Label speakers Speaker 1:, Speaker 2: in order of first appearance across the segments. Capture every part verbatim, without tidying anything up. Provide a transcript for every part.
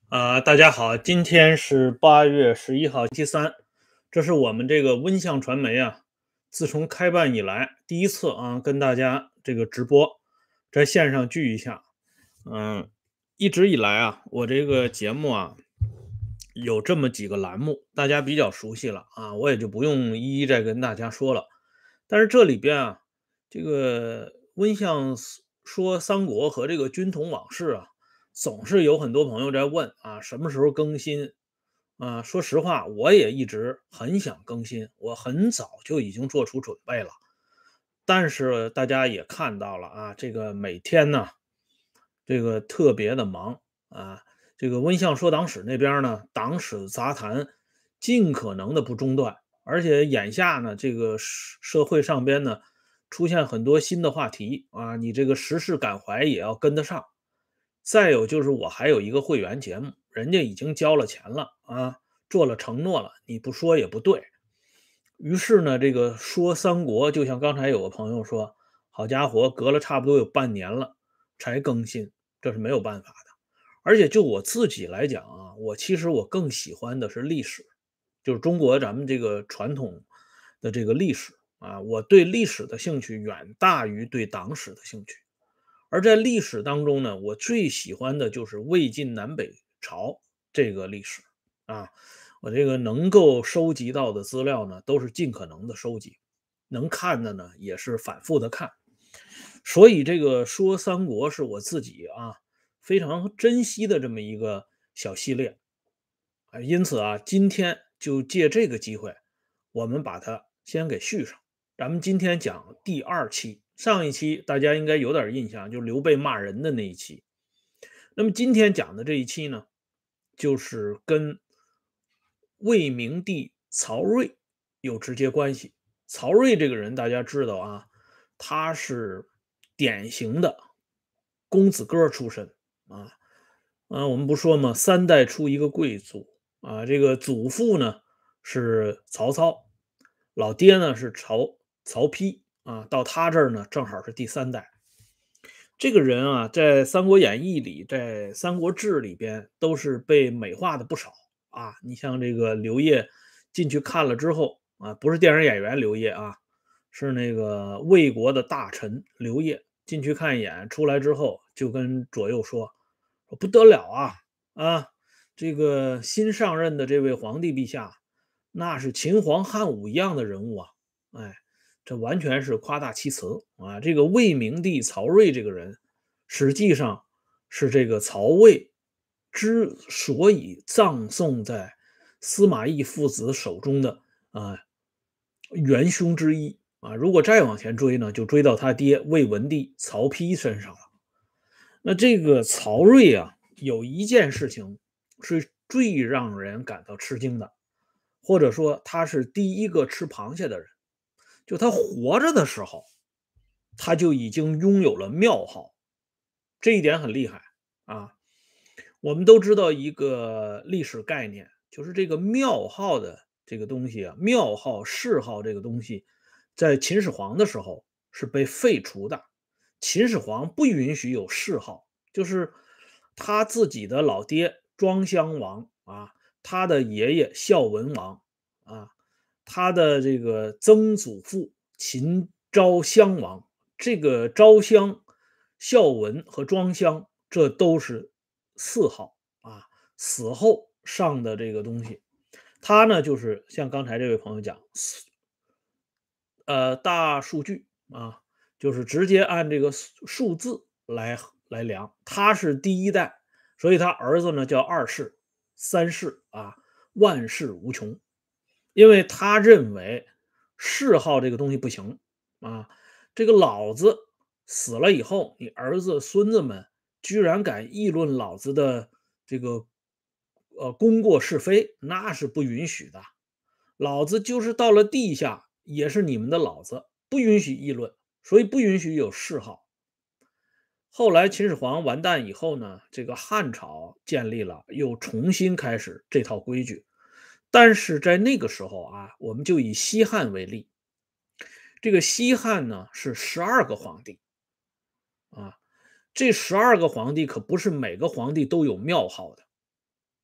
Speaker 1: 啊、大家好，今天是八月十一号，星期三，这是我们这个温相传媒啊，自从开办以来第一次啊跟大家这个直播，在线上聚一下。嗯，一直以来啊，我这个节目啊有这么几个栏目，大家比较熟悉了啊，我也就不用一一再跟大家说了。但是这里边啊，这个温相说三国和这个军统往事啊。总是有很多朋友在问啊，什么时候更新？啊，说实话，我也一直很想更新，我很早就已经做出准备了。但是大家也看到了啊，这个每天呢，这个特别的忙啊。这个温相说党史那边呢，党史杂谈尽可能的不中断，而且眼下呢，这个社社会上边呢出现很多新的话题啊，你这个时事感怀也要跟得上。再有就是我还有一个会员节目，人家已经交了钱了啊，做了承诺了，你不说也不对。于是呢，这个说三国，就像刚才有个朋友说，好家伙，隔了差不多有半年了才更新，这是没有办法的。而且就我自己来讲啊，我其实我更喜欢的是历史，就是中国咱们这个传统的这个历史啊，我对历史的兴趣远大于对党史的兴趣。而在历史当中呢，我最喜欢的就是魏晋南北朝这个历史啊。我这个能够收集到的资料呢，都是尽可能的收集，能看的呢也是反复的看。所以这个说三国是我自己啊非常珍惜的这么一个小系列啊。因此啊，今天就借这个机会，我们把它先给续上。咱们今天讲第二期，上一期大家应该有点印象，就是刘备骂人的那一期。那么今天讲的这一期呢，就是跟魏明帝曹睿有直接关系。曹睿这个人大家知道啊，他是典型的公子哥出身啊。啊，我们不说嘛，三代出一个贵族啊，这个祖父呢是曹操，老爹呢是曹曹丕啊，到他这儿呢正好是第三代。这个人啊，在《三国演义》里，在《三国志》里边都是被美化的不少啊。你像这个刘烨进去看了之后啊，不是电影演员刘烨啊，是那个魏国的大臣刘烨进去看一眼，出来之后就跟左右说：“说不得了啊啊！这个新上任的这位皇帝陛下，那是秦皇汉武一样的人物啊！哎。”这完全是夸大其词啊！这个魏明帝曹睿这个人，实际上是这个曹魏之所以葬送在司马懿父子手中的啊元凶之一啊。如果再往前追呢，就追到他爹魏文帝曹丕身上了。那这个曹睿啊，有一件事情是最让人感到吃惊的，或者说他是第一个吃螃蟹的人。就他活着的时候，他就已经拥有了庙号，这一点很厉害啊。我们都知道一个历史概念，就是这个庙号的这个东西啊，庙号、谥号这个东西，在秦始皇的时候是被废除的。秦始皇不允许有谥号，就是他自己的老爹庄襄王啊，他的爷爷孝文王啊，他的这个曾祖父秦昭襄王，这个昭襄、孝文和庄襄，这都是谥号啊，死后上的这个东西。他呢，就是像刚才这位朋友讲，呃，大数据啊，就是直接按这个数数字来来量。他是第一代，所以他儿子呢叫二世、三世啊，万世无穷。因为他认为谥号这个东西不行啊，这个老子死了以后，你儿子、孙子们居然敢议论老子的这个呃功过是非，那是不允许的。老子就是到了地下，也是你们的老子，不允许议论，所以不允许有谥号。后来秦始皇完蛋以后呢，这个汉朝建立了，又重新开始这套规矩。但是在那个时候啊，我们就以西汉为例，这个西汉呢是十二个皇帝啊，这十二个皇帝可不是每个皇帝都有庙号的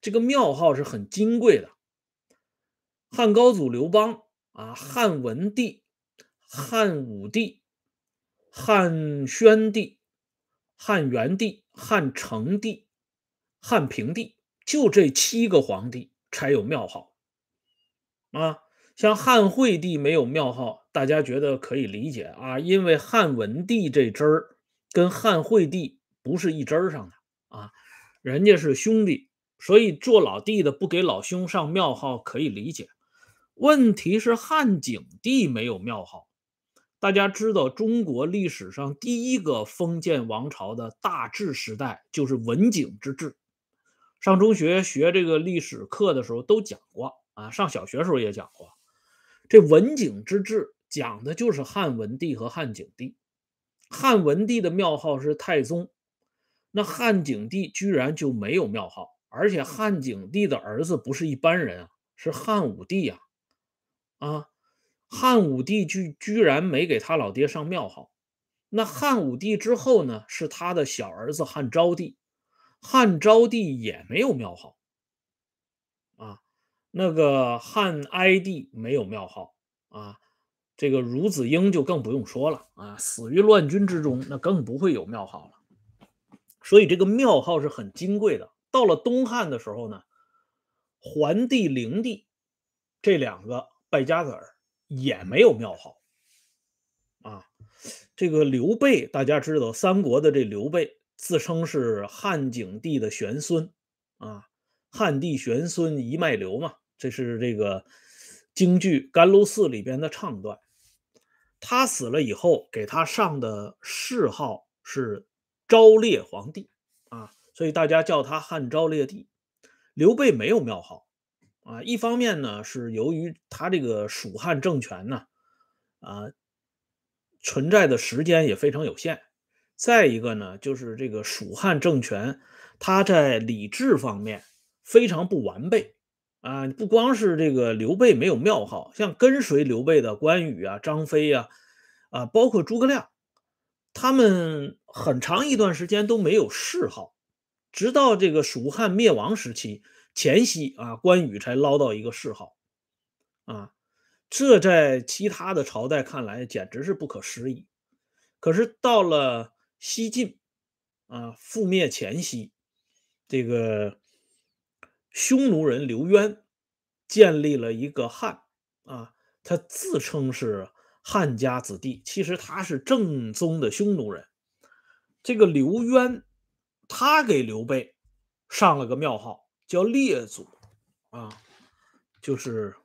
Speaker 1: 这个庙号是很金贵的。汉高祖刘邦啊，汉文帝、汉武帝、汉宣帝、汉元帝、汉成帝、汉平帝，就这七个皇帝才有庙号啊。像汉惠帝没有庙号，大家觉得可以理解啊，因为汉文帝这支儿跟汉惠帝不是一支儿上的啊，人家是兄弟，所以做老弟的不给老兄上庙号可以理解。问题是汉景帝没有庙号。大家知道中国历史上第一个封建王朝的大治时代就是文景之治。上中学学这个历史课的时候都讲过啊，上小学时候也讲过。这文景之治讲的就是汉文帝和汉景帝。汉文帝的庙号是太宗，那汉景帝居然就没有庙号，而且汉景帝的儿子不是一般人啊，是汉武帝呀、啊。啊，汉武帝居居然没给他老爹上庙号。那汉武帝之后呢，是他的小儿子汉昭帝，汉昭帝也没有庙号啊。那个汉哀帝没有庙号啊，这个孺子婴就更不用说了啊，死于乱军之中，那更不会有庙号了。所以这个庙号是很金贵的。到了东汉的时候呢，桓帝、灵帝这两个败家子儿也没有庙号啊。这个刘备，大家知道，三国的这刘备自称是汉景帝的玄孙啊，汉帝玄孙一脉流嘛，这是这个京剧《甘露寺》里边的唱段。他死了以后，给他上的谥号是昭烈皇帝啊，所以大家叫他汉昭烈帝。刘备没有庙号啊，一方面呢是由于他这个蜀汉政权呢啊存在的时间也非常有限，再一个呢就是这个蜀汉政权它在礼制方面非常不完备啊，不光是这个刘备没有庙号，像跟随刘备的关羽啊、张飞呀、啊，啊，包括诸葛亮，他们很长一段时间都没有谥号，直到这个蜀汉灭亡时期前夕啊，关羽才捞到一个谥号啊，这在其他的朝代看来简直是不可思议。可是到了西晋啊，覆灭前夕，这个匈奴人刘渊建立了一个汉啊，他自称是汉家子弟，其实他是正宗的匈奴人。这个刘渊，他给刘备上了个庙号，叫列祖啊，就是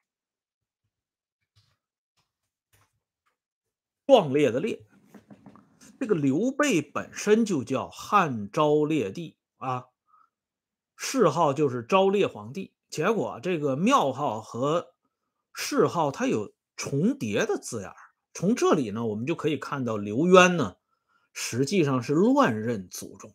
Speaker 1: 壮烈的烈。这个刘备本身就叫汉昭烈帝啊，谥号就是昭烈皇帝。结果这个庙号和谥号它有重叠的字眼儿，从这里呢，我们就可以看到刘渊呢实际上是乱认祖宗。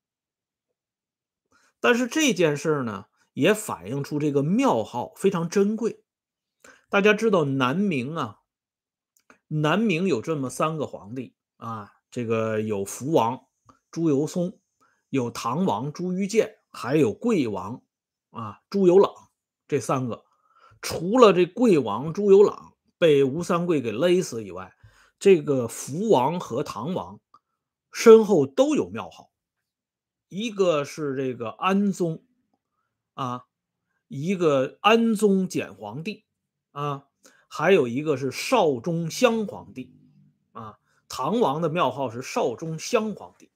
Speaker 1: 但是这件事呢，也反映出这个庙号非常珍贵。大家知道南明啊，南明有这么三个皇帝啊，这个有福王朱由崧，有唐王朱聿键，还有贵王啊朱由榔，这三个。除了这贵王朱由榔被吴三桂给勒死以外，这个福王和唐王身后都有庙号。一个是这个安宗啊，一个安宗简皇帝啊，还有一个是少中襄皇帝啊。唐王的庙号是少中襄皇帝。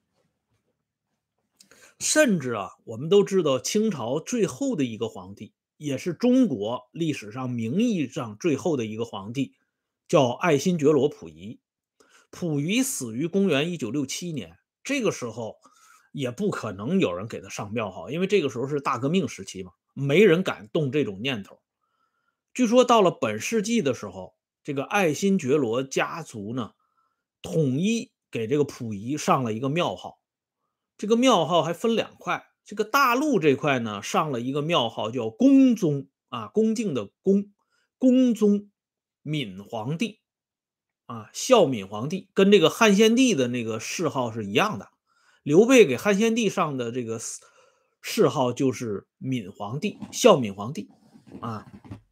Speaker 1: 甚至啊，我们都知道清朝最后的一个皇帝，也是中国历史上名义上最后的一个皇帝，叫爱新觉罗溥仪。溥仪死于公元一九六七年，这个时候也不可能有人给他上庙号，因为这个时候是大革命时期嘛，没人敢动这种念头。据说到了本世纪的时候，这个爱新觉罗家族呢，统一给这个溥仪上了一个庙号。这个庙号还分两块，这个大陆这块呢上了一个庙号叫恭宗啊，恭敬的恭，恭宗闵皇帝啊，孝闵皇帝，跟这个汉献帝的那个谥号是一样的。刘备给汉献帝上的这个谥号就是闵皇帝，孝闵皇帝啊。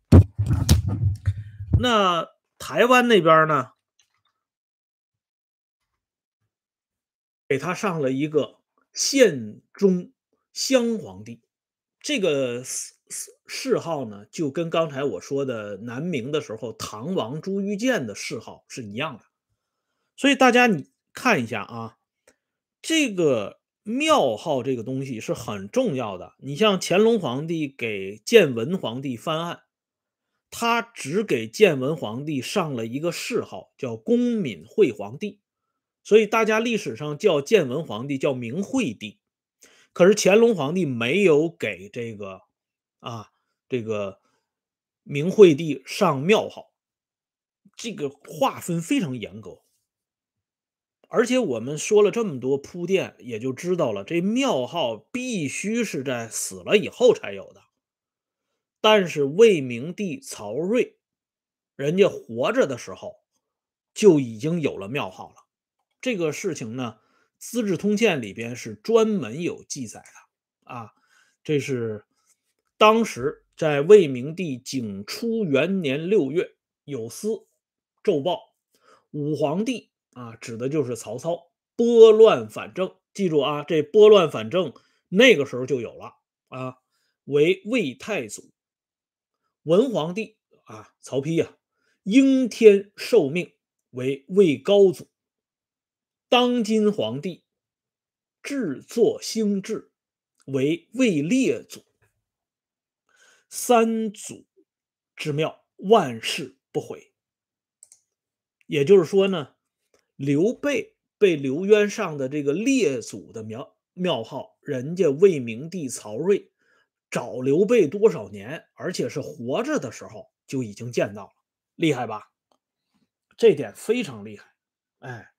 Speaker 1: 那台湾那边呢，给他上了一个宪宗襄皇帝，这个谥谥谥号呢，就跟刚才我说的南明的时候唐王朱玉建的谥号是一样的。所以大家你看一下啊，这个庙号这个东西是很重要的。你像乾隆皇帝给建文皇帝翻案，他只给建文皇帝上了一个谥号，叫恭敏惠皇帝。所以大家历史上叫建文皇帝叫明惠帝，可是乾隆皇帝没有给这个啊这个明惠帝上庙号，这个划分非常严格。而且我们说了这么多铺垫，也就知道了这庙号必须是在死了以后才有的。但是魏明帝曹睿，人家活着的时候就已经有了庙号了。这个事情呢，《资治通鉴》里边是专门有记载的啊。这是当时在魏明帝景初元年六月，有司奏报，武皇帝啊，指的就是曹操，拨乱反正。记住啊，这拨乱反正那个时候就有了啊，为魏太祖。文皇帝啊，曹丕呀、啊，应天受命为魏高祖。当今皇帝制作兴治为魏烈祖。三祖之庙，万世不毁。也就是说呢，刘备被刘渊上的这个列祖的庙庙号，人家魏明帝曹睿找刘备多少年，而且是活着的时候就已经见到了，厉害吧？这点非常厉害。哎，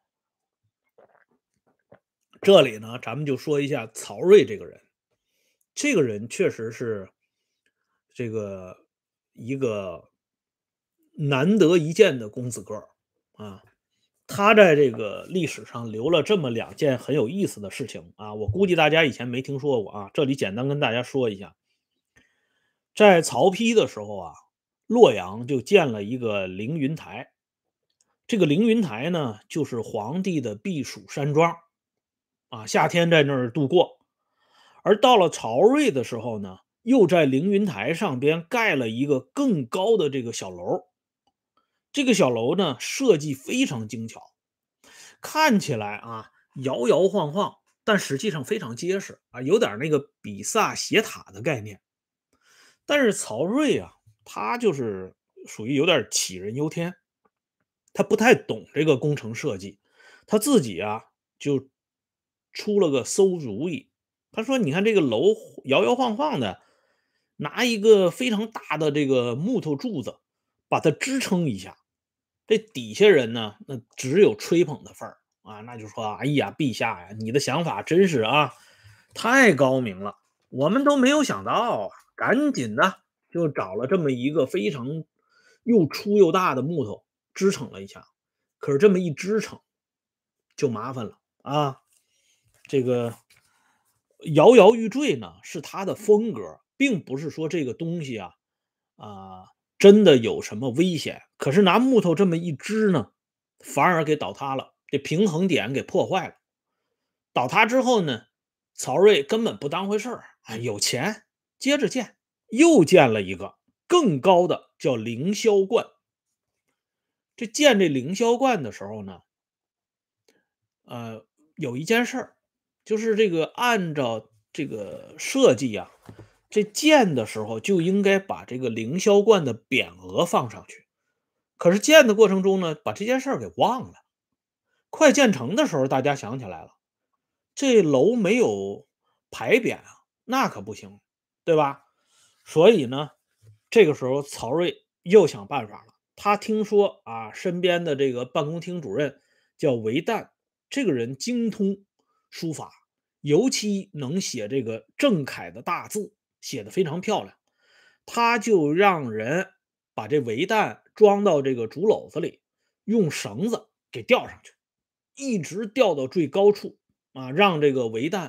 Speaker 1: 这里呢，咱们就说一下曹睿这个人。这个人确实是这个一个难得一见的公子哥儿啊。他在这个历史上留了这么两件很有意思的事情啊，我估计大家以前没听说过啊，这里简单跟大家说一下。在曹丕的时候啊，洛阳就建了一个凌云台。这个凌云台呢，就是皇帝的避暑山庄啊，夏天在那儿度过。而到了曹睿的时候呢，又在凌云台上边盖了一个更高的这个小楼。这个小楼呢，设计非常精巧，看起来啊摇摇晃晃，但实际上非常结实啊，有点那个比萨斜塔的概念。但是曹睿啊，他就是属于有点杞人忧天，他不太懂这个工程设计，他自己啊就出了个馊主意。他说：“你看这个楼摇摇晃晃的，拿一个非常大的这个木头柱子把它支撑一下。这底下人呢，那只有吹捧的份儿啊，那就说：哎呀，陛下呀，你的想法真是啊太高明了，我们都没有想到啊！赶紧的就找了这么一个非常又粗又大的木头支撑了一下。可是这么一支撑就麻烦了啊！这个摇摇欲坠呢，是他的风格，并不是说这个东西啊啊真的有什么危险。可是拿木头这么一支呢，反而给倒塌了，这平衡点给破坏了。倒塌之后呢，曹睿根本不当回事儿啊，有钱接着建，又建了一个更高的，叫凌霄观。这建这凌霄观的时候呢，呃，有一件事儿，就是这个按照这个设计啊，这建的时候就应该把这个凌霄观的匾额放上去。可是建的过程中呢，把这件事儿给忘了。快建成的时候，大家想起来了，这楼没有牌匾啊，那可不行，对吧？所以呢，这个时候曹睿又想办法了。他听说啊，身边的这个办公厅主任叫韦诞，这个人精通书法，尤其能写这个正楷的大字，写的非常漂亮。他就让人把这韦诞装到这个竹篓子里，用绳子给吊上去，一直吊到最高处啊，让这个韦诞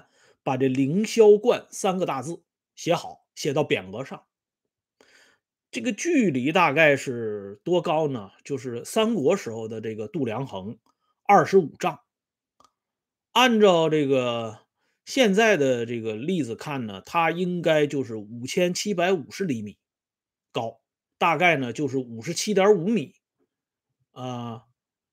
Speaker 1: 把这凌霄观三个大字写好，写到匾额上。这个距离大概是多高呢？就是三国时候的这个度量衡二十五丈。按照这个现在的这个例子看呢，它应该就是五千七百五十厘米高，大概呢就是五十七点五米。啊、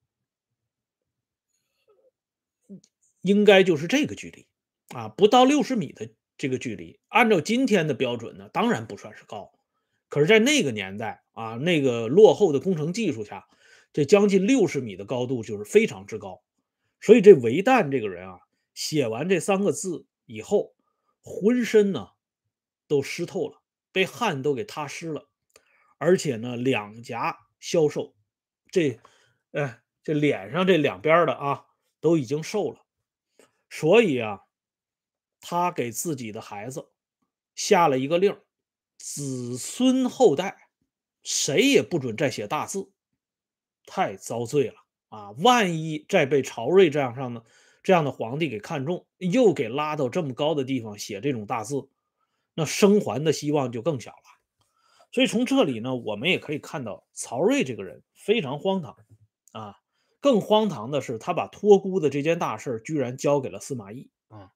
Speaker 1: 应该就是这个距离啊，不到六十米的这个距离，按照今天的标准呢，当然不算是高。可是，在那个年代啊，那个落后的工程技术下，这将近六十米的高度就是非常之高。所以这韦诞这个人啊，写完这三个字以后，浑身呢都湿透了，被汗都给踏湿了，而且呢两颊消瘦，这，哎，这脸上这两边儿的啊都已经瘦了。所以啊，他给自己的孩子下了一个令儿，子孙后代谁也不准再写大字，太遭罪了啊！万一再被曹睿这样上的这样的皇帝给看中，又给拉到这么高的地方写这种大字，那生还的希望就更小了。所以从这里呢，我们也可以看到曹睿这个人非常荒唐啊。更荒唐的是，他把托孤的这件大事儿居然交给了司马懿啊。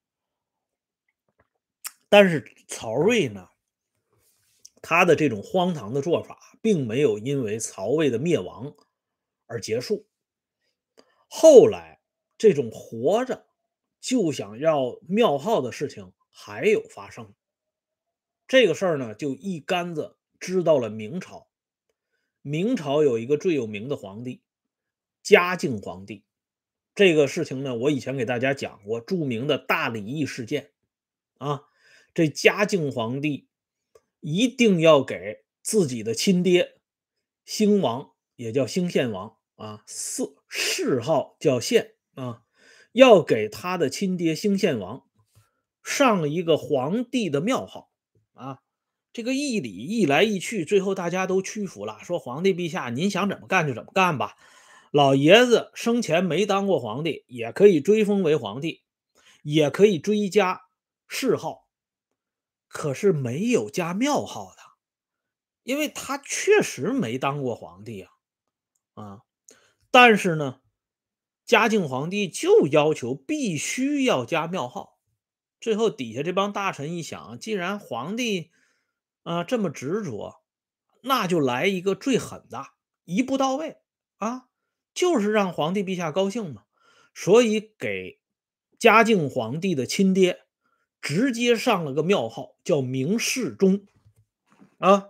Speaker 1: 但是曹睿呢，他的这种荒唐的做法，并没有因为曹魏的灭亡而结束。后来，这种活着就想要庙号的事情还有发生。这个事儿呢，就一竿子支到了明朝。明朝有一个最有名的皇帝，嘉靖皇帝。这个事情呢，我以前给大家讲过，著名的大礼义事件啊。这嘉靖皇帝一定要给自己的亲爹兴王，也叫兴献王啊，谥谥号叫献啊，要给他的亲爹兴献王上一个皇帝的庙号啊。这个议礼议来议去，最后大家都屈服了，说皇帝陛下，您想怎么干就怎么干吧。老爷子生前没当过皇帝，也可以追封为皇帝，也可以追加谥号，可是没有加庙号的，因为他确实没当过皇帝啊。啊，但是呢，嘉靖皇帝就要求必须要加庙号。最后底下这帮大臣一想，既然皇帝啊、这么执着，那就来一个最狠的，一步到位啊，就是让皇帝陛下高兴嘛。所以给嘉靖皇帝的亲爹直接上了个庙号，叫明世宗啊。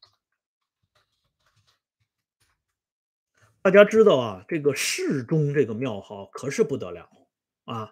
Speaker 1: 大家知道啊，这个世宗这个庙号可是不得了啊。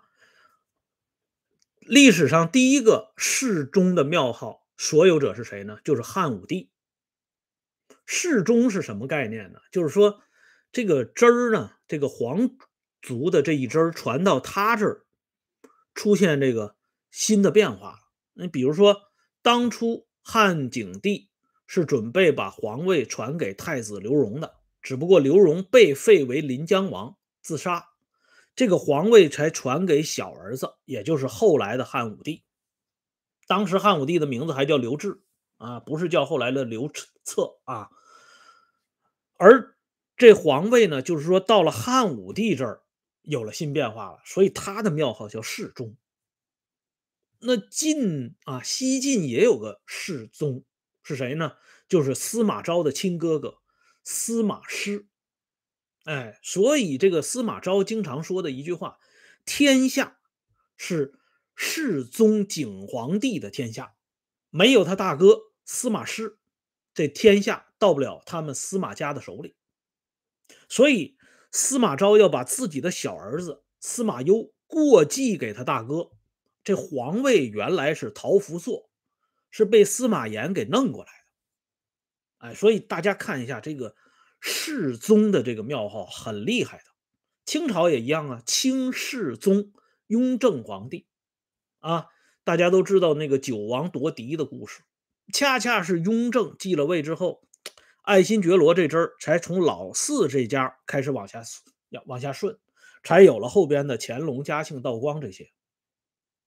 Speaker 1: 历史上第一个世宗的庙号所有者是谁呢？就是汉武帝。世宗是什么概念呢？就是说这个支儿呢，这个皇族的这一支儿传到他这儿，出现这个新的变化了。你比如说，当初汉景帝是准备把皇位传给太子刘荣的，只不过刘荣被废为临江王，自杀，这个皇位才传给小儿子，也就是后来的汉武帝。当时汉武帝的名字还叫刘志啊，不是叫后来的刘彻啊。而这皇位呢，就是说到了汉武帝这儿有了新变化了，所以他的庙号叫世宗。那晋啊，西晋也有个世宗，是谁呢？就是司马昭的亲哥哥司马师。哎，所以这个司马昭经常说的一句话：天下是世宗景皇帝的天下，没有他大哥司马师，这天下到不了他们司马家的手里。所以司马昭要把自己的小儿子司马攸过继给他大哥。这皇位原来是陶福朔，是被司马炎给弄过来的。哎，所以大家看一下这个世宗的这个庙号很厉害的。清朝也一样啊，清世宗雍正皇帝啊，大家都知道那个九王夺嫡的故事，恰恰是雍正继了位之后，爱新觉罗这支儿才从老四这家开始往下往下顺，才有了后边的乾隆、嘉庆、道光这些。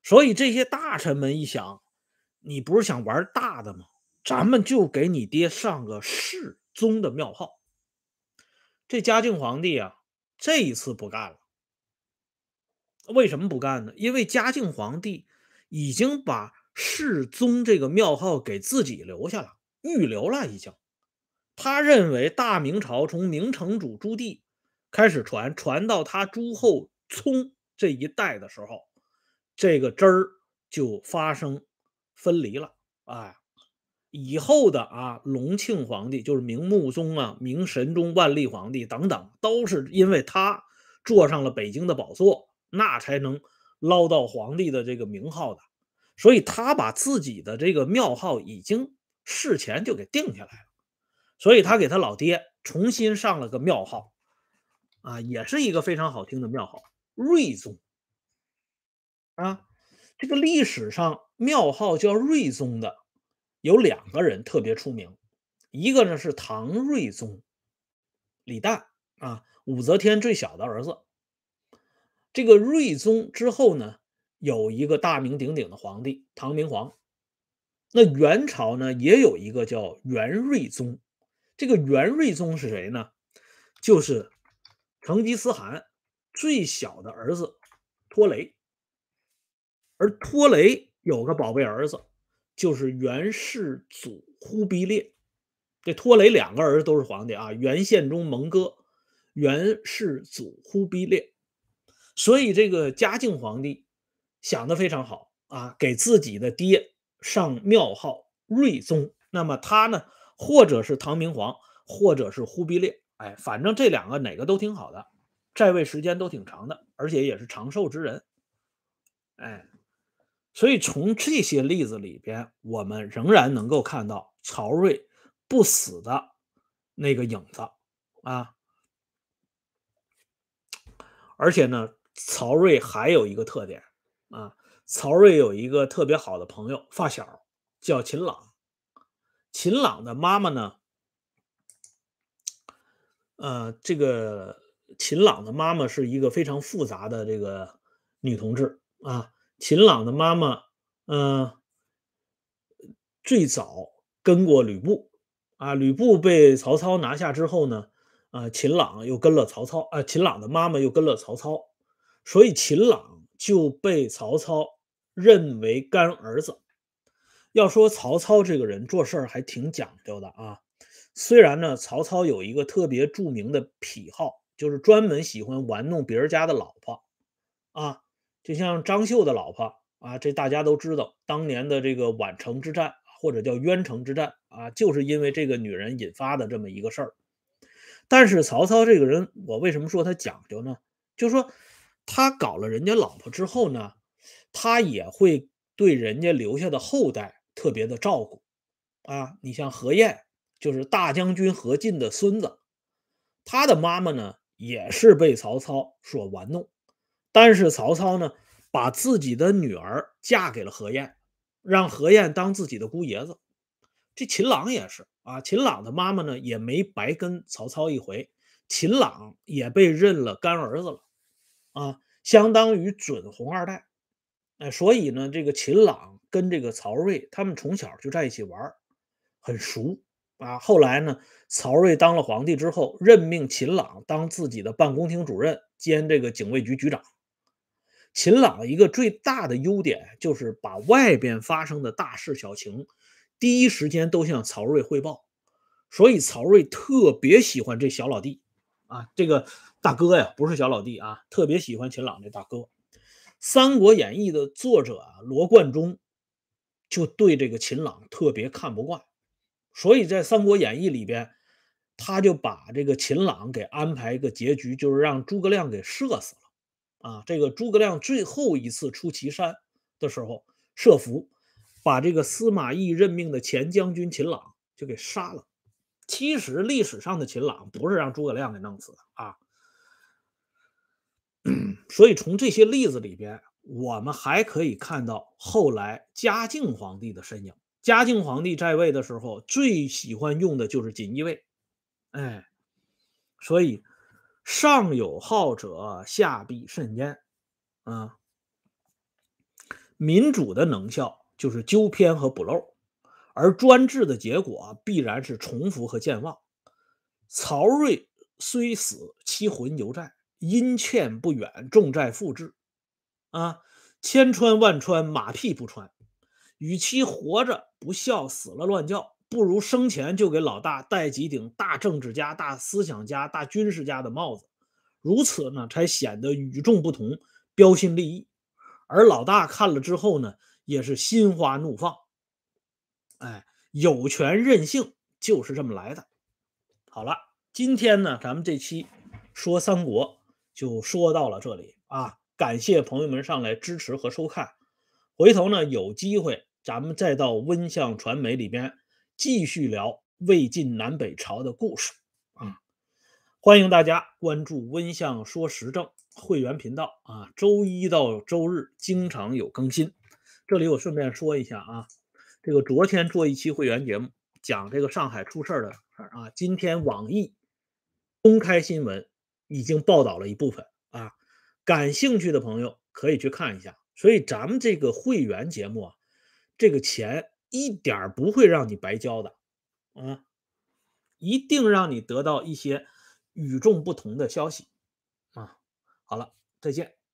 Speaker 1: 所以这些大臣们一想，你不是想玩大的吗？咱们就给你爹上个世宗的庙号。这嘉靖皇帝啊，这一次不干了。为什么不干呢？因为嘉靖皇帝已经把世宗这个庙号给自己留下了，预留了已经。他认为大明朝从明成祖朱棣开始传，传到他朱后聪这一代的时候，这个枝儿就发生分离了。哎，以后的啊，隆庆皇帝就是明穆宗啊、明神宗万历皇帝等等，都是因为他坐上了北京的宝座，那才能捞到皇帝的这个名号的。所以他把自己的这个庙号已经事前就给定下来了。所以他给他老爹重新上了个庙号，啊，也是一个非常好听的庙号，睿宗。啊。这个历史上庙号叫睿宗的有两个人特别出名，一个呢是唐睿宗李旦啊，武则天最小的儿子。这个睿宗之后呢，有一个大名鼎鼎的皇帝唐明皇。那元朝呢也有一个叫元睿宗，这个元睿宗是谁呢？就是成吉思汗最小的儿子托雷。而托雷有个宝贝儿子，就是元世祖忽必烈。这托雷两个儿子都是皇帝啊，元宪宗蒙哥，元世祖忽必烈。所以这个嘉靖皇帝想得非常好啊，给自己的爹上庙号睿宗。那么他呢，或者是唐明皇，或者是忽必烈，哎，反正这两个哪个都挺好的，在位时间都挺长的，而且也是长寿之人。哎，所以从这些例子里边，我们仍然能够看到曹睿不死的那个影子啊。而且呢，曹睿还有一个特点啊，曹睿有一个特别好的朋友，发小叫秦朗。秦朗的妈妈呢，呃，这个秦朗的妈妈是一个非常复杂的这个女同志啊。秦朗的妈妈，嗯、最早跟过吕布啊，吕布被曹操拿下之后呢，啊，秦朗又跟了曹操，啊，秦朗的妈妈又跟了曹操，所以秦朗就被曹操认为干儿子。要说曹操这个人做事儿还挺讲究的啊，虽然呢，曹操有一个特别著名的癖好，就是专门喜欢玩弄别人家的老婆啊，就像张绣的老婆啊，这大家都知道，当年的这个宛城之战或者叫渊城之战啊，就是因为这个女人引发的这么一个事儿。但是曹操这个人，我为什么说他讲究呢？就是说他搞了人家老婆之后呢，他也会对人家留下的后代特别的照顾啊。你像何晏，就是大将军何进的孙子，他的妈妈呢也是被曹操所玩弄，但是曹操呢把自己的女儿嫁给了何晏，让何晏当自己的姑爷子。这秦朗也是啊，秦朗的妈妈呢也没白跟曹操一回，秦朗也被认了干儿子了啊，相当于准红二代。哎，所以呢，这个秦朗跟这个曹睿他们从小就在一起玩很熟啊。后来呢，曹睿当了皇帝之后，任命秦朗当自己的办公厅主任兼这个警卫局局长。秦朗一个最大的优点就是把外边发生的大事小情，第一时间都向曹睿汇报，所以曹睿特别喜欢这小老弟啊，这个大哥呀，不是小老弟啊，特别喜欢秦朗这大哥。《三国演义》的作者啊，罗贯中就对这个秦朗特别看不惯，所以在《三国演义》里边，他就把这个秦朗给安排一个结局，就是让诸葛亮给射死了。啊，这个诸葛亮最后一次出祁山的时候设伏，把这个司马懿任命的前将军秦朗就给杀了。其实历史上的秦朗不是让诸葛亮给弄死的啊。所以从这些例子里边，我们还可以看到后来嘉靖皇帝的身影。嘉靖皇帝在位的时候，最喜欢用的就是锦衣卫。哎，所以上有好者，下必甚焉啊。 民主的能效就是纠偏和补漏，而专制的结果啊必然是重复和健忘。曹睿虽死，其魂犹在，因欠不远，重在复至。啊，千穿万穿，马屁不穿。与其活着不孝，死了乱叫，不如生前就给老大戴几顶大政治家、大思想家、大军事家的帽子，如此呢，才显得与众不同，标新立异。而老大看了之后呢，也是心花怒放。哎，有权任性就是这么来的。好了，今天呢，咱们这期说三国就说到了这里啊，感谢朋友们上来支持和收看。回头呢，有机会咱们再到温相传媒里边继续聊魏晋南北朝的故事啊。欢迎大家关注温相说时政会员频道啊，周一到周日经常有更新。这里我顺便说一下啊，这个昨天做一期会员节目，讲这个上海出事儿的事儿啊，今天网易公开新闻已经报道了一部分啊，感兴趣的朋友可以去看一下。所以咱们这个会员节目啊，这个钱一点儿不会让你白交的啊，一定让你得到一些与众不同的消息啊。好了，再见。